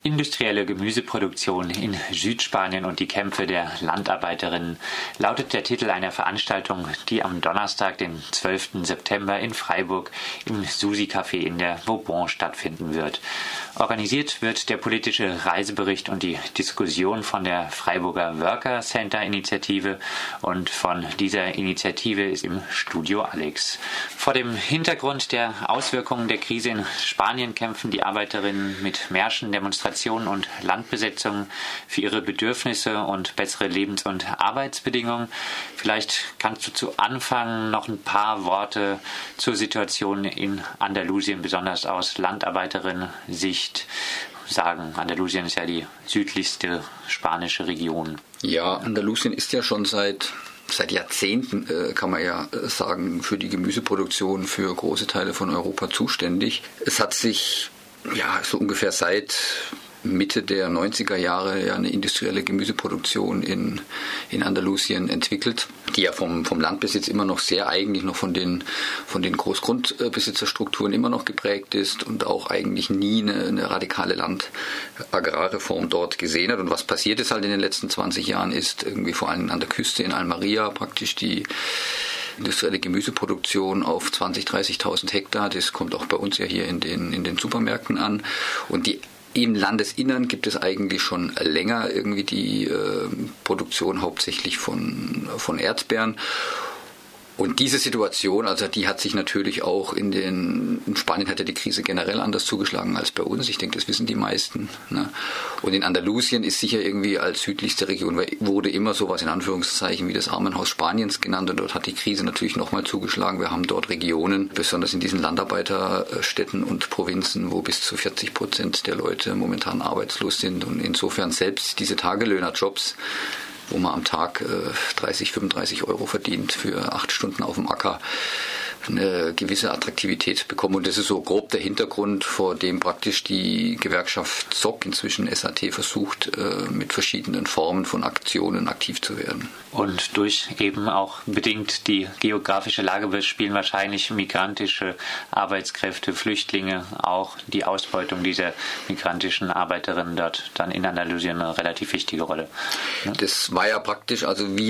Industrielle Gemüseproduktion in Südspanien und die Kämpfe der Landarbeiterinnen lautet der Titel einer Veranstaltung, die am Donnerstag, den 12. September in Freiburg im Susi-Café in der Vauban stattfinden wird. Organisiert wird der politische Reisebericht und die Diskussion von der Freiburger Worker Center Initiative und von dieser Initiative ist im Studio Alex. Vor dem Hintergrund der Auswirkungen der Krise in Spanien kämpfen die Arbeiterinnen mit Märschen, Demonstrationen und Landbesetzungen für ihre Bedürfnisse und bessere Lebens- und Arbeitsbedingungen. Vielleicht kannst du zu Anfang noch ein paar Worte zur Situation in Andalusien, besonders aus Landarbeiterinnen-Sicht sagen. Andalusien ist ja die südlichste spanische Region. Ja, Andalusien ist ja schon seit Jahrzehnten, kann man ja sagen, für die Gemüseproduktion für große Teile von Europa zuständig. Es hat sich so ungefähr seit Mitte der 90er Jahre eine industrielle Gemüseproduktion in Andalusien entwickelt, die ja vom Landbesitz immer noch sehr eigentlich noch von den Großgrundbesitzerstrukturen immer noch geprägt ist und auch eigentlich nie eine radikale Land-Agrarreform dort gesehen hat. Und was passiert ist halt in den letzten 20 Jahren ist irgendwie vor allem an der Küste in Almería praktisch die industrielle Gemüseproduktion auf 20.000, 30.000 Hektar. Das kommt auch bei uns ja hier in den Supermärkten an. Und im Landesinnern gibt es eigentlich schon länger irgendwie die Produktion hauptsächlich von Erdbeeren. Und diese Situation, also die hat sich natürlich auch in Spanien hat ja die Krise generell anders zugeschlagen als bei uns. Ich denke, das wissen die meisten. Ne? Und in Andalusien ist sicher irgendwie als südlichste Region, wurde immer sowas in Anführungszeichen wie das Armenhaus Spaniens genannt. Und dort hat die Krise natürlich nochmal zugeschlagen. Wir haben dort Regionen, besonders in diesen Landarbeiterstädten und Provinzen, wo bis zu 40% der Leute momentan arbeitslos sind. Und insofern selbst diese Tagelöhnerjobs, wo man am Tag 30, 35 Euro verdient für 8 Stunden auf dem Acker, eine gewisse Attraktivität bekommen. Und das ist so grob der Hintergrund, vor dem praktisch die Gewerkschaft ZOC, inzwischen SAT, versucht, mit verschiedenen Formen von Aktionen aktiv zu werden. Und durch eben auch bedingt die geografische Lage spielen wahrscheinlich migrantische Arbeitskräfte, Flüchtlinge, auch die Ausbeutung dieser migrantischen Arbeiterinnen dort dann in Andalusien eine relativ wichtige Rolle. Ja? Das war ja praktisch,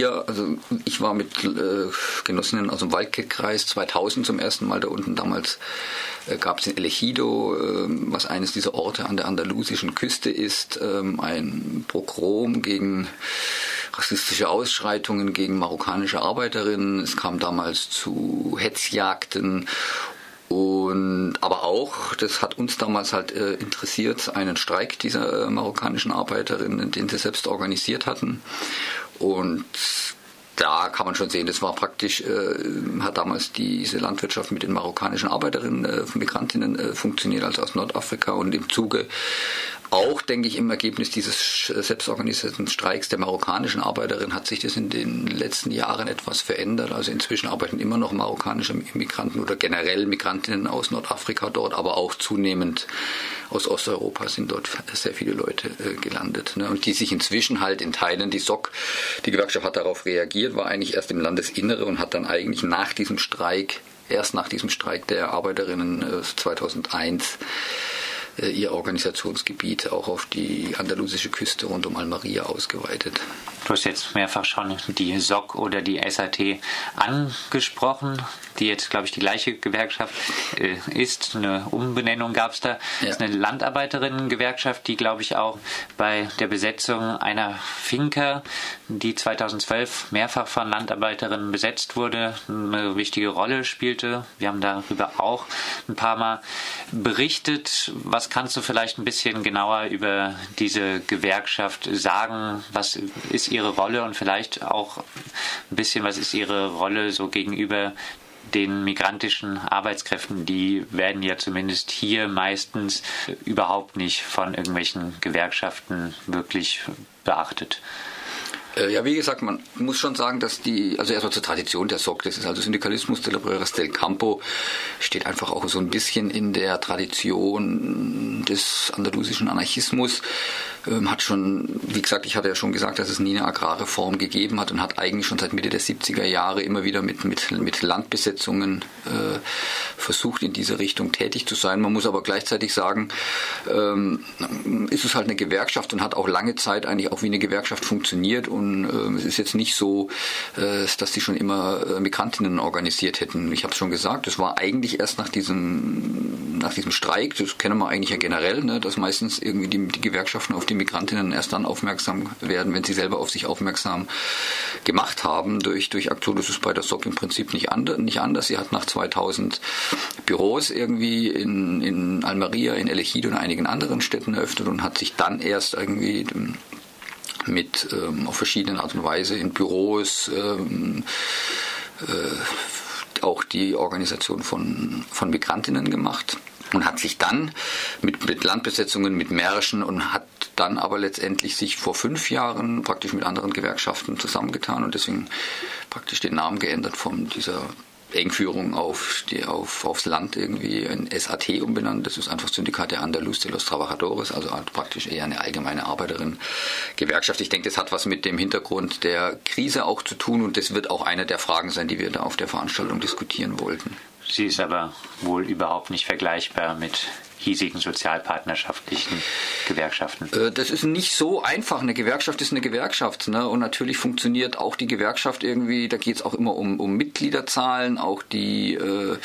ich war mit Genossinnen aus dem Waldkirch-Kreis 2000 zum ersten Mal da unten. Damals gab es in El Ejido, was eines dieser Orte an der andalusischen Küste ist, ein Pogrom gegen rassistische Ausschreitungen gegen marokkanische Arbeiterinnen. Es kam damals zu Hetzjagden. Aber auch, das hat uns damals halt interessiert, einen Streik dieser marokkanischen Arbeiterinnen, den sie selbst organisiert hatten. Und da kann man schon sehen, das war praktisch, hat damals diese Landwirtschaft mit den marokkanischen Arbeiterinnen, Migrantinnen funktioniert, also aus Nordafrika, und im Zuge auch, denke ich, im Ergebnis dieses selbstorganisierten Streiks der marokkanischen Arbeiterinnen hat sich das in den letzten Jahren etwas verändert. Also inzwischen arbeiten immer noch marokkanische Migranten oder generell Migrantinnen aus Nordafrika dort, aber auch zunehmend aus Osteuropa sind dort sehr viele Leute gelandet. Ne? Und die sich inzwischen halt in Teilen, die SOC, die Gewerkschaft hat darauf reagiert, war eigentlich erst im Landesinnere und hat dann eigentlich erst nach diesem Streik der Arbeiterinnen 2001 ihr Organisationsgebiet auch auf die andalusische Küste rund um Almería ausgeweitet. Du hast jetzt mehrfach schon die SOC oder die SAT angesprochen, die jetzt, glaube ich, die gleiche Gewerkschaft ist. Eine Umbenennung gab es da. Ja. Das ist eine Landarbeiterinnen-Gewerkschaft, die, glaube ich, auch bei der Besetzung einer Finca, die 2012 mehrfach von Landarbeiterinnen besetzt wurde, eine wichtige Rolle spielte. Wir haben darüber auch ein paar Mal berichtet. Was kannst du vielleicht ein bisschen genauer über diese Gewerkschaft sagen? Was ist ihre Rolle und vielleicht auch ein bisschen, was ist ihre Rolle so gegenüber den migrantischen Arbeitskräften? Die werden ja zumindest hier meistens überhaupt nicht von irgendwelchen Gewerkschaften wirklich beachtet. Ja, wie gesagt, man muss schon sagen, dass erstmal zur Tradition der SOC, das ist also Syndicalismus de Obreras del Campo, steht einfach auch so ein bisschen in der Tradition des andalusischen Anarchismus. hat schon, wie gesagt, ich hatte ja schon gesagt, dass es nie eine Agrarreform gegeben hat und hat eigentlich schon seit Mitte der 70er Jahre immer wieder mit Landbesetzungen versucht, in diese Richtung tätig zu sein. Man muss aber gleichzeitig sagen, ist es halt eine Gewerkschaft und hat auch lange Zeit eigentlich auch wie eine Gewerkschaft funktioniert und es ist jetzt nicht so, dass die schon immer Migrantinnen organisiert hätten. Ich habe es schon gesagt, es war eigentlich erst nach diesem Streik, das kennen wir eigentlich ja generell, ne, dass meistens irgendwie die Gewerkschaften auf die Migrantinnen erst dann aufmerksam werden, wenn sie selber auf sich aufmerksam gemacht haben durch Aktion. Das ist bei der SOC im Prinzip nicht anders. Sie hat nach 2000 Büros irgendwie in Almería, in El Ejido und einigen anderen Städten eröffnet und hat sich dann erst irgendwie mit auf verschiedene Art und Weise in Büros auch die Organisation von Migrantinnen gemacht und hat sich dann mit Landbesetzungen, mit Märschen und hat dann aber letztendlich sich vor 5 Jahren praktisch mit anderen Gewerkschaften zusammengetan und deswegen praktisch den Namen geändert von dieser Engführung aufs Land irgendwie in SAT umbenannt. Das ist einfach Syndicat de Andaluz de los Trabajadores, also praktisch eher eine allgemeine Arbeiterinnen-Gewerkschaft. Ich denke, das hat was mit dem Hintergrund der Krise auch zu tun und das wird auch eine der Fragen sein, die wir da auf der Veranstaltung diskutieren wollten. Sie ist aber wohl überhaupt nicht vergleichbar mit hiesigen sozialpartnerschaftlichen Gewerkschaften. Das ist nicht so einfach. Eine Gewerkschaft ist eine Gewerkschaft, ne? Und natürlich funktioniert auch die Gewerkschaft irgendwie, da geht es auch immer um Mitgliederzahlen, auch die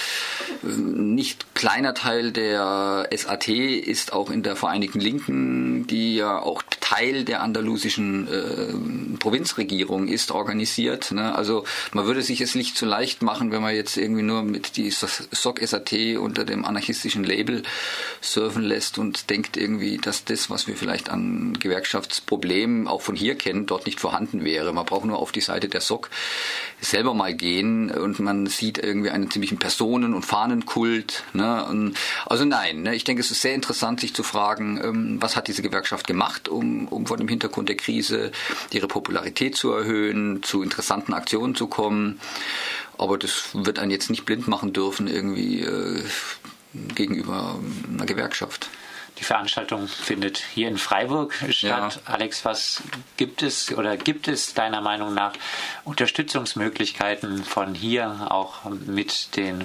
nicht kleiner Teil der SAT ist auch in der Vereinigten Linken, die ja auch Teil der andalusischen Provinzregierung ist, organisiert. Ne? Also man würde sich es nicht so leicht machen, wenn man jetzt irgendwie nur mit die SOC SAT unter dem anarchistischen Label surfen lässt und denkt irgendwie, dass das, was wir vielleicht an Gewerkschaftsproblemen auch von hier kennen, dort nicht vorhanden wäre. Man braucht nur auf die Seite der SOC selber mal gehen und man sieht irgendwie einen ziemlichen Personen- und Fahnenkult. Ne? Und also nein, ne? Ich denke, es ist sehr interessant, sich zu fragen, was hat diese Gewerkschaft gemacht, um vor dem Hintergrund der Krise ihre Popularität zu erhöhen, zu interessanten Aktionen zu kommen. Aber das wird einen jetzt nicht blind machen dürfen irgendwie gegenüber einer Gewerkschaft. Die Veranstaltung findet hier in Freiburg statt. Ja. Alex, was gibt es deiner Meinung nach Unterstützungsmöglichkeiten von hier auch mit den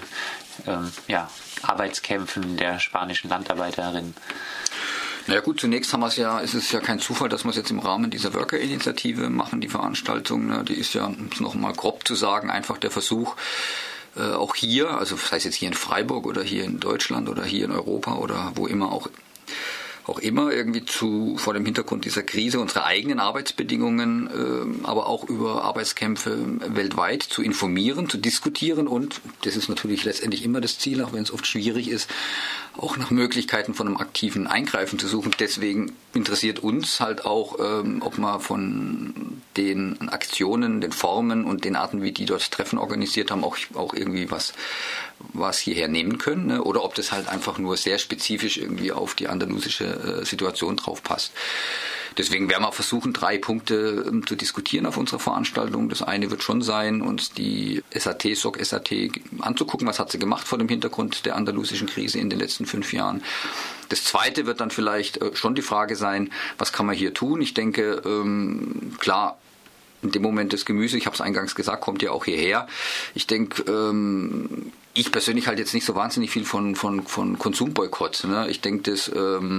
Arbeitskämpfen der spanischen Landarbeiterinnen? Na ja gut, zunächst ist es ja kein Zufall, dass wir es jetzt im Rahmen dieser Worker-Initiative machen, die Veranstaltung. Ne? Die ist ja, um es nochmal grob zu sagen, einfach der Versuch, auch hier, also das heißt jetzt hier in Freiburg oder hier in Deutschland oder hier in Europa oder wo immer auch immer irgendwie vor dem Hintergrund dieser Krise unsere eigenen Arbeitsbedingungen, aber auch über Arbeitskämpfe weltweit zu informieren, zu diskutieren und, das ist natürlich letztendlich immer das Ziel, auch wenn es oft schwierig ist, auch nach Möglichkeiten von einem aktiven Eingreifen zu suchen. Deswegen interessiert uns halt auch, ob man von den Aktionen, den Formen und den Arten, wie die dort Treffen organisiert haben, auch irgendwie was hierher nehmen können, ne? Oder ob das halt einfach nur sehr spezifisch irgendwie auf die andalusische Situation drauf passt. Deswegen werden wir versuchen, 3 Punkte zu diskutieren auf unserer Veranstaltung. Das eine wird schon sein, uns die SOC SAT anzugucken, was hat sie gemacht vor dem Hintergrund der andalusischen Krise in den letzten 5 Jahren. Das zweite wird dann vielleicht schon die Frage sein, was kann man hier tun? Ich denke, klar, in dem Moment das Gemüse, ich habe es eingangs gesagt, kommt ja auch hierher. Ich denke, ich persönlich halte jetzt nicht so wahnsinnig viel von Konsumboykott. Ne? Ich denke, es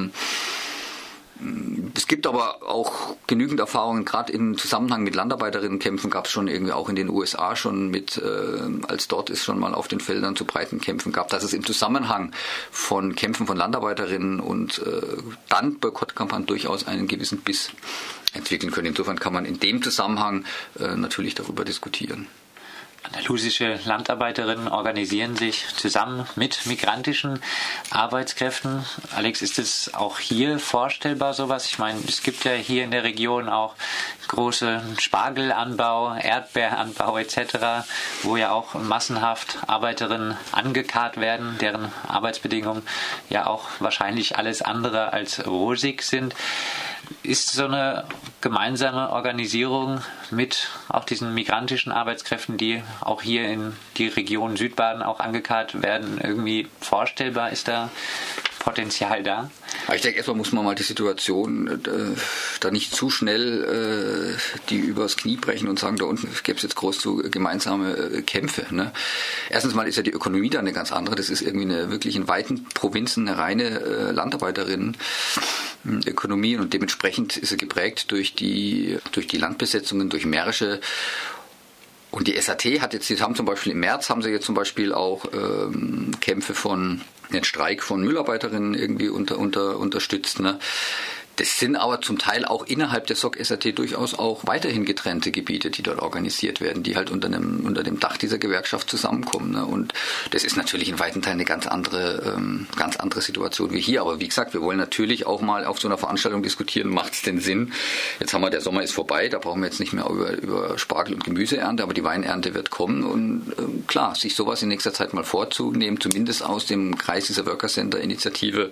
gibt aber auch genügend Erfahrungen, gerade im Zusammenhang mit Landarbeiterinnenkämpfen gab es schon irgendwie auch in den USA schon als dort es schon mal auf den Feldern zu breiten Kämpfen gab, dass es im Zusammenhang von Kämpfen von Landarbeiterinnen und dann Boykottkampagnen durchaus einen gewissen Biss entwickeln können. Insofern kann man in dem Zusammenhang natürlich darüber diskutieren. Andalusische Landarbeiterinnen organisieren sich zusammen mit migrantischen Arbeitskräften. Alex, ist es auch hier vorstellbar sowas? Ich meine, es gibt ja hier in der Region auch große Spargelanbau, Erdbeeranbau etc., wo ja auch massenhaft Arbeiterinnen angekarrt werden, deren Arbeitsbedingungen ja auch wahrscheinlich alles andere als rosig sind. Ist so eine gemeinsame Organisierung mit auch diesen migrantischen Arbeitskräften, die auch hier in die Region Südbaden auch angekarrt werden, irgendwie vorstellbar? Ist da Potenzial da? Ich denke, erstmal muss man mal die Situation da nicht zu schnell die übers Knie brechen und sagen, da unten gäbe es jetzt groß zu gemeinsame Kämpfe. Ne? Erstens mal ist ja die Ökonomie da eine ganz andere. Das ist irgendwie wirklich in weiten Provinzen eine reine Landarbeiterinnen-Ökonomie und dementsprechend ist sie geprägt durch die Landbesetzungen, durch Märsche. Und die SAT hat jetzt, sie haben zum Beispiel im März haben sie jetzt zum Beispiel auch Kämpfe den Streik von Müllarbeiterinnen irgendwie unterstützt. Ne? Das sind aber zum Teil auch innerhalb der SOC-SAT durchaus auch weiterhin getrennte Gebiete, die dort organisiert werden, die halt unter dem Dach dieser Gewerkschaft zusammenkommen. Ne? Und das ist natürlich in weiten Teilen eine ganz andere Situation wie hier. Aber wie gesagt, wir wollen natürlich auch mal auf so einer Veranstaltung diskutieren, macht es denn Sinn? Jetzt haben wir, der Sommer ist vorbei, da brauchen wir jetzt nicht mehr über Spargel- und Gemüseernte, aber die Weinernte wird kommen. Und klar, sich sowas in nächster Zeit mal vorzunehmen, zumindest aus dem Kreis dieser Worker Center Initiative,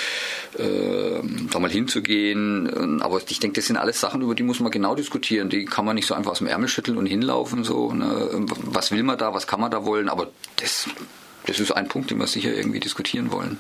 da mal hinzugehen. Aber ich denke, das sind alles Sachen, über die muss man genau diskutieren. Die kann man nicht so einfach aus dem Ärmel schütteln und hinlaufen. So, ne? Was will man da, was kann man da wollen? Aber das ist ein Punkt, den wir sicher irgendwie diskutieren wollen.